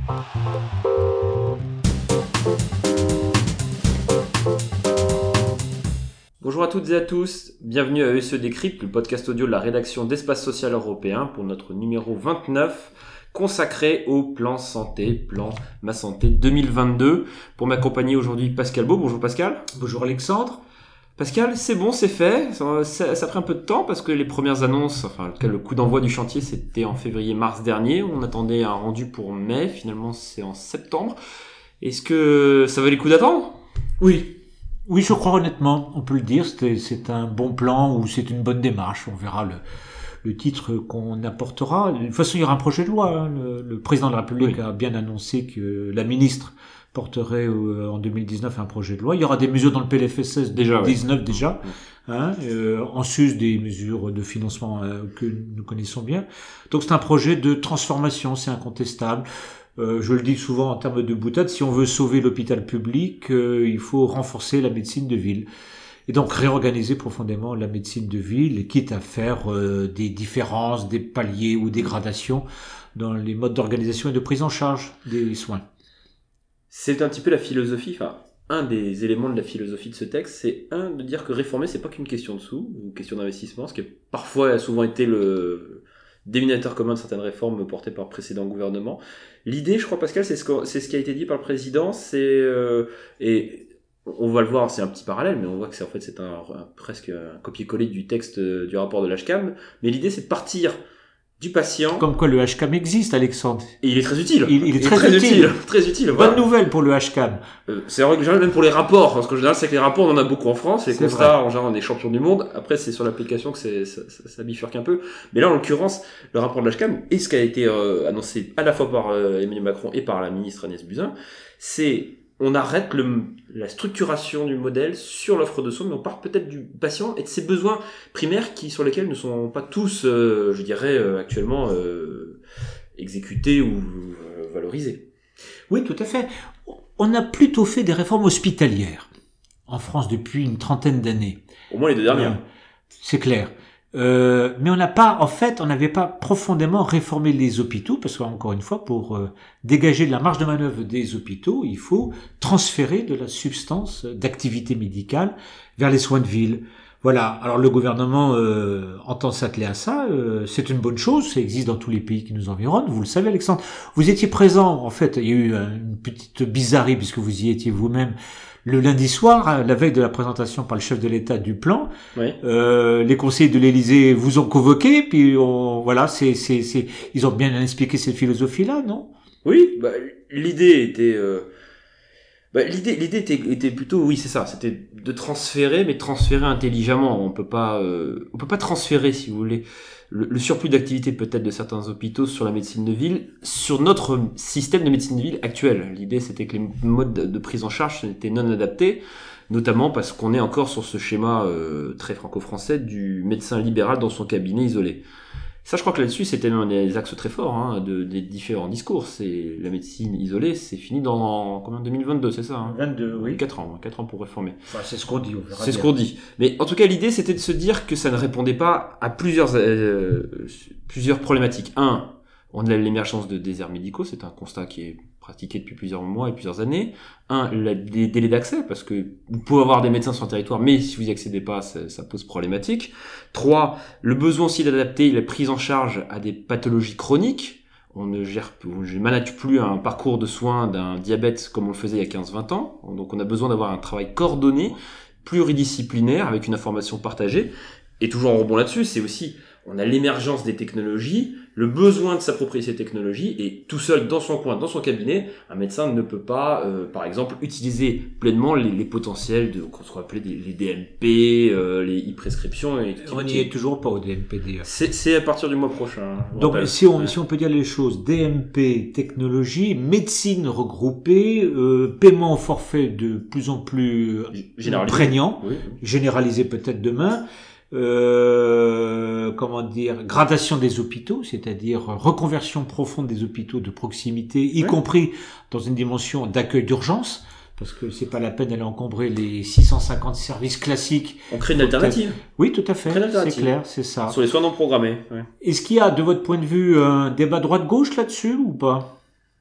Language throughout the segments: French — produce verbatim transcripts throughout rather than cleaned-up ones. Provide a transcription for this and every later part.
Bonjour à toutes et à tous, bienvenue à E S E Décrypte, le podcast audio de la rédaction d'Espace Social Européen pour notre numéro vingt-neuf consacré au plan santé, plan Ma Santé deux mille vingt-deux. Pour m'accompagner aujourd'hui Pascal Beau. Bonjour Pascal. Bonjour Alexandre. Pascal, c'est bon, c'est fait. Ça, ça, ça a pris un peu de temps parce que les premières annonces, enfin en tout cas, le coup d'envoi du chantier, c'était en février-mars dernier. On attendait un rendu pour mai, finalement c'est en septembre. Est-ce que ça valait le coup d'attendre ? Oui. Oui, je crois honnêtement, on peut le dire, c'est, c'est un bon plan ou c'est une bonne démarche. On verra le, le titre qu'on apportera. De toute façon, il y aura un projet de loi. Hein. Le, le président de la République oui. a bien annoncé que la ministre porterait euh, en deux mille dix-neuf un projet de loi. Il y aura des mesures dans le P L F S S déjà, deux mille dix-neuf oui. déjà. Hein, euh, en sus des mesures de financement euh, que nous connaissons bien. Donc c'est un projet de transformation, c'est incontestable. Euh, je le dis souvent en termes de boutade, si on veut sauver l'hôpital public, euh, il faut renforcer la médecine de ville. Et donc réorganiser profondément la médecine de ville, quitte à faire euh, des différences, des paliers ou des gradations dans les modes d'organisation et de prise en charge des soins. C'est un petit peu la philosophie, enfin, un des éléments de la philosophie de ce texte, c'est un, de dire que réformer, c'est pas qu'une question de sous, une question d'investissement, ce qui est, parfois a souvent été le dénominateur commun de certaines réformes portées par précédents gouvernements. L'idée, je crois, Pascal, c'est ce, que, c'est ce qui a été dit par le président, c'est, euh, et on va le voir, c'est un petit parallèle, mais on voit que c'est en fait c'est un, un presque un copier-coller du texte euh, du rapport de l'H C A M, mais l'idée c'est de partir du patient. Comme quoi le H C A M existe, Alexandre. Et il est très utile. Il, il est très, très utile. utile. Très utile. Bonne voilà. nouvelle pour le H C A M. Euh, c'est vrai que même pour les rapports, parce qu'en général c'est que les rapports on en a beaucoup en France, les c'est constats vrai. En général on est champion du monde. Après c'est sur l'application que c'est, ça, ça, ça bifurque un peu. Mais là en l'occurrence le rapport de l'H C A M et ce qui a été euh, annoncé à la fois par euh, Emmanuel Macron et par la ministre Agnès Buzyn, c'est on arrête le, la structuration du modèle sur l'offre de soins, mais on part peut-être du patient et de ses besoins primaires qui, sur lesquels ne sont pas tous, euh, je dirais, euh, actuellement euh, exécutés ou euh, valorisés. Oui, tout à fait. On a plutôt fait des réformes hospitalières en France depuis une trentaine d'années. Au moins les deux dernières. Euh, c'est clair. Euh, mais on n'a pas, en fait, on n'avait pas profondément réformé les hôpitaux parce qu'encore une fois, pour euh, dégager de la marge de manœuvre des hôpitaux, il faut transférer de la substance d'activité médicale vers les soins de ville. Voilà. Alors le gouvernement euh, entend s'atteler à ça. Euh, c'est une bonne chose. Ça existe dans tous les pays qui nous environnent. Vous le savez, Alexandre. Vous étiez présent. En fait, il y a eu une petite bizarrerie puisque vous y étiez vous-même. Le lundi soir, la veille de la présentation par le chef de l'État du plan, oui. euh, les conseillers de l'Élysée vous ont convoqué, puis on, voilà, c'est, c'est, c'est, ils ont bien expliqué cette philosophie-là, non ? Oui, bah, l'idée était, euh, bah, l'idée, l'idée était, était plutôt, oui, c'est ça, c'était de transférer, mais transférer intelligemment. On peut pas, euh, on peut pas transférer, si vous voulez, le, le surplus d'activité peut-être de certains hôpitaux sur la médecine de ville, sur notre système de médecine de ville actuel. L'idée, c'était que les modes de prise en charge étaient non adaptés, notamment parce qu'on est encore sur ce schéma euh, très franco-français du médecin libéral dans son cabinet isolé. Ça, je crois que là-dessus, c'était un des axes très forts hein, de, des différents discours. C'est la médecine isolée, c'est fini dans combien deux mille vingt-deux, c'est ça hein vingt-deux, oui. quatre ans, quatre ans pour réformer. Enfin, c'est ce qu'on dit, on verra C'est bien. ce qu'on dit. Mais en tout cas, l'idée, c'était de se dire que ça ne répondait pas à plusieurs euh, plusieurs problématiques. Un, on a l'émergence de déserts médicaux, c'est un constat qui est pratiqué depuis plusieurs mois et plusieurs années. Un, la, les délais d'accès, parce que vous pouvez avoir des médecins sur le territoire, mais si vous y accédez pas, ça, ça pose problématique. Trois, le besoin aussi d'adapter la prise en charge à des pathologies chroniques. On ne gère, on ne manage plus un parcours de soins d'un diabète comme on le faisait il y a quinze vingt ans. Donc on a besoin d'avoir un travail coordonné, pluridisciplinaire, avec une information partagée. Et toujours en rebond là-dessus, c'est aussi, on a l'émergence des technologies, le besoin de s'approprier ces technologies, et tout seul dans son coin, dans son cabinet, un médecin ne peut pas, euh, par exemple, utiliser pleinement les, les potentiels de, qu'on pourrait appeler des, les D M P, euh, les e-prescriptions. Et, on n'y est toujours pas au D M P d'ailleurs. C'est, c'est à partir du mois prochain. Donc si on, si on peut dire les choses, D M P, technologie, médecine regroupée, euh, paiement au forfait de plus en plus prégnant, oui. Généralisé peut-être demain. Euh, comment dire, gradation des hôpitaux, c'est-à-dire reconversion profonde des hôpitaux de proximité, y oui. compris dans une dimension d'accueil d'urgence, parce que c'est pas la peine d'aller encombrer les six cent cinquante services classiques. On crée une alternative. Oui, tout à fait, c'est clair, c'est ça. Sur les soins non programmés. Ouais. Est-ce qu'il y a, de votre point de vue, un débat droite-gauche là-dessus ou pas ?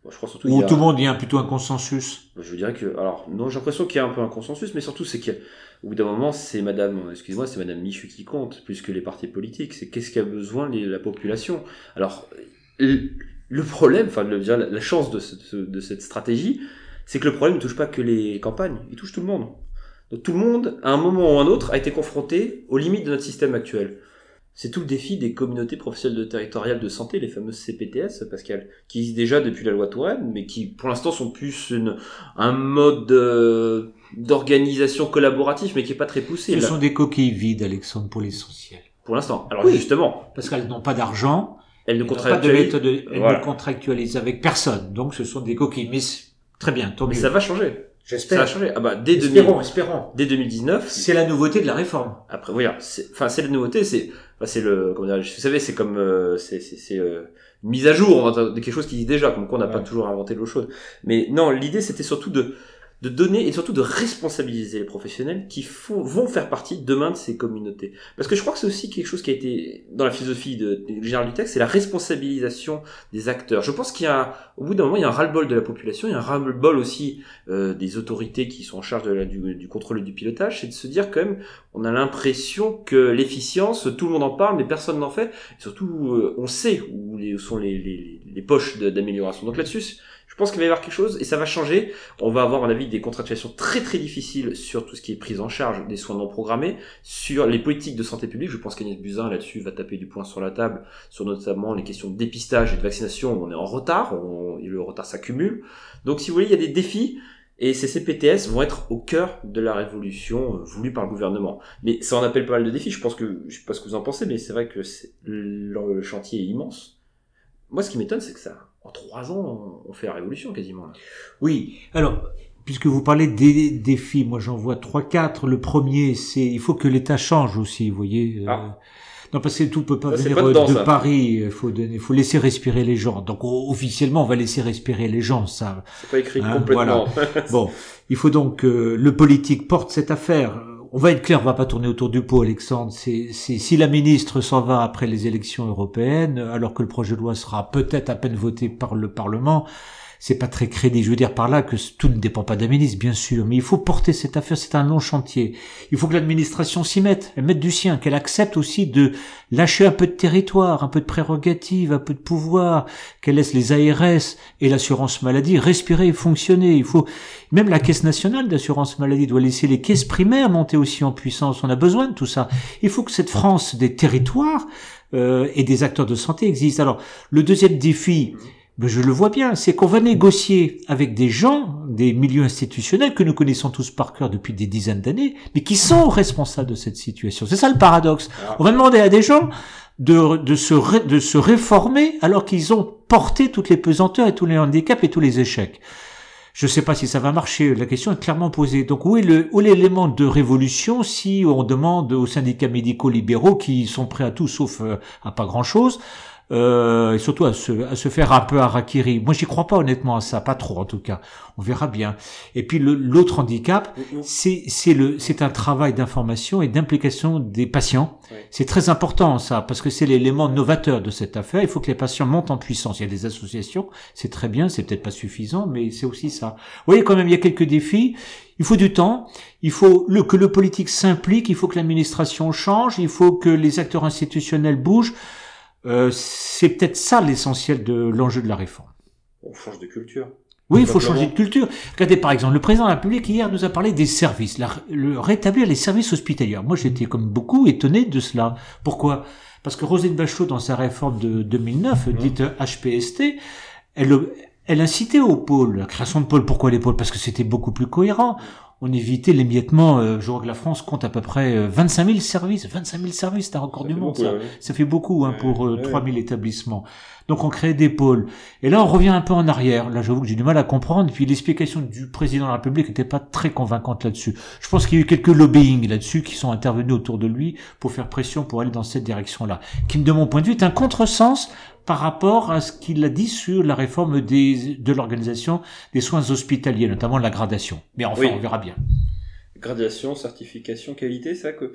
Bon, je crois surtout Ou qu'il y a, tout le monde y a plutôt un consensus? je dirais que, alors, non, j'ai l'impression qu'il y a un peu un consensus, mais surtout, c'est qu'au bout d'un moment, c'est madame, excuse-moi, c'est madame Michu qui compte, plus que les partis politiques. C'est qu'est-ce qu'a besoin les, la population. Alors, le, le problème, enfin, le, la, la chance de, ce, de cette stratégie, c'est que le problème ne touche pas que les campagnes, il touche tout le monde. Donc, tout le monde, à un moment ou à un autre, a été confronté aux limites de notre système actuel. C'est tout le défi des communautés professionnelles de territoriales de santé, les fameuses C P T S, Pascal, qui existent déjà depuis la loi Touraine, mais qui, pour l'instant, sont plus une, un mode euh, d'organisation collaboratif, mais qui est pas très poussé. Ce là. sont des coquilles vides, Alexandre, pour l'essentiel. Pour l'instant. Alors Oui. justement, Parce qu'elles n'ont pas d'argent, elles ne elles n'ont pas de contractualisent. méthode, elles Voilà. ne contractualisent avec personne. Donc ce sont des coquilles. Mais c'est- très bien, tant Mais mieux. ça va changer. Ça J'espère. va changer. Ah bah dès, Espérons, deux mille, espérons. dès deux mille dix-neuf. C'est la nouveauté de la réforme. Après, voilà. C'est, enfin, c'est la nouveauté. C'est, enfin, c'est le, comment dire, vous savez, c'est comme, euh, c'est, c'est, c'est euh, une mise à jour hein, de quelque chose qui dit déjà, comme quoi on n'a Ouais. pas toujours inventé l'eau chaude. Mais non, l'idée c'était surtout de de donner et surtout de responsabiliser les professionnels qui font, vont faire partie demain de ces communautés. Parce que je crois que c'est aussi quelque chose qui a été dans la philosophie de, de générale du texte, c'est la responsabilisation des acteurs. Je pense qu'il y a, au bout d'un moment, il y a un ras-le-bol de la population, il y a un ras-le-bol aussi euh, des autorités qui sont en charge de la, du, du contrôle et du pilotage, c'est de se dire quand même, on a l'impression que l'efficience, tout le monde en parle, mais personne n'en fait. Et surtout, euh, on sait où les, sont les, les, les poches de, d'amélioration. Donc là-dessus, je pense qu'il va y avoir quelque chose et ça va changer. On va avoir, à mon avis, des contractualisations très très difficiles sur tout ce qui est prise en charge des soins non programmés, sur les politiques de santé publique. Je pense qu'Agnès Buzyn, là-dessus, va taper du poing sur la table, sur notamment les questions de dépistage et de vaccination. On est en retard, on, et le retard s'accumule. Donc, si vous voulez, il y a des défis. Et ces C P T S vont être au cœur de la révolution euh, voulue par le gouvernement. Mais ça en appelle pas mal de défis. Je pense que, je sais pas ce que vous en pensez, mais c'est vrai que c'est, le, le chantier est immense. Moi, ce qui m'étonne, c'est que ça, en trois ans, on fait la révolution quasiment. Là. Oui. Alors, puisque vous parlez des défis, moi j'en vois trois, quatre. Le premier, c'est il faut que l'État change aussi, vous voyez. Ah. Non, parce que tout peut pas Ça, venir pas dedans, de ça. Paris. Il faut donner, faut laisser respirer les gens. Donc officiellement, on va laisser respirer les gens. Ça. C'est pas écrit Hein, complètement. voilà. Bon, il faut donc que le politique porte cette affaire. On va être clair, on va pas tourner autour du pot, Alexandre. C'est, c'est si la ministre s'en va après les élections européennes, alors que le projet de loi sera peut-être à peine voté par le Parlement, c'est pas très crédible. Je veux dire par là que tout ne dépend pas de la ministre, bien sûr, mais il faut porter cette affaire. C'est un long chantier. Il faut que l'administration s'y mette, elle mette du sien, qu'elle accepte aussi de lâcher un peu de territoire, un peu de prérogatives, un peu de pouvoir, qu'elle laisse les A R S et l'assurance maladie respirer et fonctionner. Il faut même la caisse nationale d'assurance maladie doit laisser les caisses primaires monter aussi en puissance. On a besoin de tout ça. Il faut que cette France des territoires euh, et des acteurs de santé existe. Alors, le deuxième défi, ben je le vois bien, c'est qu'on va négocier avec des gens, des milieux institutionnels que nous connaissons tous par cœur depuis des dizaines d'années, mais qui sont responsables de cette situation. C'est ça le paradoxe. On va demander à des gens de, de, se, ré, de se réformer alors qu'ils ont porté toutes les pesanteurs et tous les handicaps et tous les échecs. Je ne sais pas si ça va marcher. La question est clairement posée. Donc où est le, où est l'élément de révolution si on demande aux syndicats médicaux libéraux qui sont prêts à tout sauf euh, à pas grand-chose, euh, et surtout à se, à se faire un peu harakiri. Moi, j'y crois pas honnêtement à ça, pas trop en tout cas. On verra bien. Et puis le, l'autre handicap, c'est, c'est le, c'est un travail d'information et d'implication des patients. Oui. C'est très important ça, parce que c'est l'élément novateur de cette affaire. Il faut que les patients montent en puissance. Il y a des associations, c'est très bien, c'est peut-être pas suffisant, mais c'est aussi ça. Vous voyez quand même, il y a quelques défis. Il faut du temps, il faut le, que le politique s'implique, il faut que l'administration change, il faut que les acteurs institutionnels bougent. Euh, c'est peut-être ça l'essentiel de l'enjeu de la réforme. On change de culture. Oui, il faut changer de culture. Regardez, par exemple, le président de la République hier nous a parlé des services, la, le rétablir les services hospitaliers. Moi, j'étais comme beaucoup étonné de cela. Pourquoi ? Parce que Roselyne Bachelot, dans sa réforme de deux mille neuf, mmh. dite H P S T, elle, elle incitait au pôle, la création de pôles. Pourquoi les pôles ? Parce que c'était beaucoup plus cohérent. On évitait l'émiettement. Euh, je vois que la France compte à peu près vingt-cinq mille services. vingt-cinq mille services, c'est un record du monde, ça. Ouais. Ça fait beaucoup hein, pour euh, ouais, trois mille ouais. établissements. Donc on crée des pôles. Et là, on revient un peu en arrière. Là, j'avoue que j'ai du mal à comprendre. Puis l'explication du président de la République n'était pas très convaincante là-dessus. Je pense qu'il y a eu quelques lobbying là-dessus qui sont intervenus autour de lui pour faire pression pour aller dans cette direction-là. Qui, de mon point de vue, est un contresens par rapport à ce qu'il a dit sur la réforme des, de l'organisation des soins hospitaliers, notamment la gradation. Mais enfin, oui. on verra bien. Gradation, certification, qualité, c'est vrai que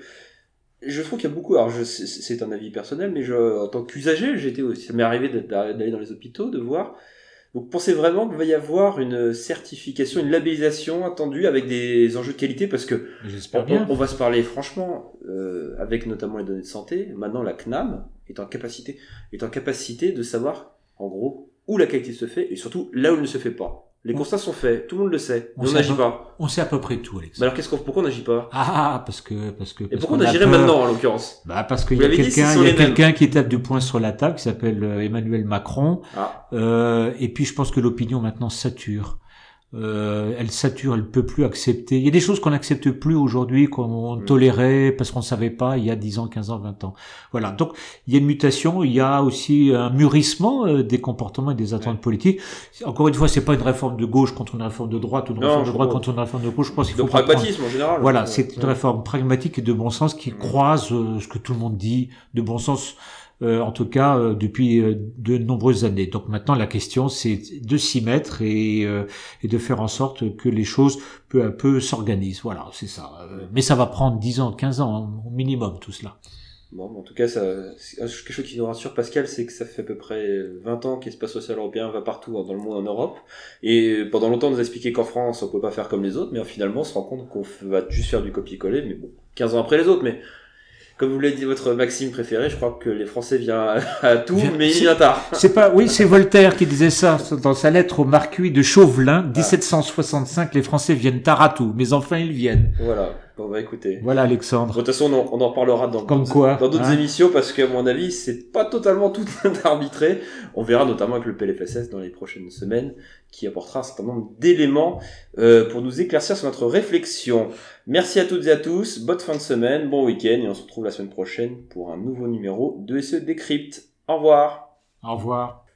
je trouve qu'il y a beaucoup, alors je, c'est un avis personnel, mais je, en tant qu'usager, j'étais aussi, ça m'est arrivé d'aller dans les hôpitaux, de voir, Vous pensez vraiment qu'il va y avoir une certification, une labellisation attendue avec des enjeux de qualité, parce que J'espère on, bien. on va se parler franchement, euh, avec notamment les données de santé. Maintenant, la C N A M est en capacité, est en capacité de savoir, en gros, où la qualité se fait et surtout là où elle ne se fait pas. Les On- constats sont faits, tout le monde le sait, On mais on sait à n'agit peu- pas. On sait à peu près tout, Alex. Bah alors qu'est-ce qu'on, pourquoi on n'agit pas? Ah, parce que, parce que, Et parce pourquoi on qu'on a agirait peur. maintenant en l'occurrence? Bah, parce qu'il Vous y a l'avez dit, quelqu'un, ce sont il y a les mêmes. quelqu'un qui tape du poing sur la table, qui s'appelle euh, Emmanuel Macron. Ah, Euh, et puis je pense que l'opinion maintenant sature. Euh, elle sature, elle peut plus accepter. Il y a des choses qu'on n'accepte plus aujourd'hui, qu'on Mm. tolérait parce qu'on ne savait pas il y a dix ans, quinze ans, vingt ans. Voilà. Donc il y a une mutation, il y a aussi un mûrissement euh, des comportements et des attentes Ouais. politiques. Encore une fois, c'est pas une réforme de gauche contre une réforme de droite ou une Non, réforme je de droite comprends. contre une réforme de gauche. Je pense qu'il de faut comprendre. pragmatisme en général. Voilà, Ouais. c'est une Ouais. réforme pragmatique et de bon sens qui Mm. croise euh, ce que tout le monde dit, de bon sens, euh, en tout cas euh, depuis euh, de nombreuses années. Donc maintenant, la question, c'est de s'y mettre et, euh, et de faire en sorte que les choses peu à peu s'organisent. Voilà, c'est ça. Euh, mais ça va prendre dix ans, quinze ans hein, au minimum, tout cela. Bon, en tout cas, ça, c'est- quelque chose qui nous rassure, Pascal, c'est que ça fait à peu près vingt ans que l'espace social européen va partout hein, dans le monde, en Europe. Et pendant longtemps, on nous a expliqué qu'en France, on peut pas faire comme les autres, mais finalement, on se rend compte qu'on f- va juste faire du copier-coller, mais bon, quinze ans après les autres. Mais comme vous l'avez dit, votre maxime préférée, je crois que les Français viennent à, à tout, Viens- mais il c'est- vient tard. C'est pas, oui, c'est Voltaire qui disait ça dans sa lettre au marquis de Chauvelin, dix-sept cent soixante-cinq. Les Français viennent tard à tout, mais enfin ils viennent. Voilà. Bon, bah écoutez. Voilà, Bon, Alexandre. de toute façon, on en, on en reparlera dans Comme d'autres- quoi, dans d'autres hein. émissions, parce qu'à mon avis, c'est pas totalement tout arbitré. On verra notamment avec le P L F S S dans les prochaines semaines, qui apportera un certain nombre d'éléments euh, pour nous éclaircir sur notre réflexion. Merci à toutes et à tous, bonne fin de semaine, bon week-end, et on se retrouve la semaine prochaine pour un nouveau numéro de S E Décrypte. Au revoir. Au revoir.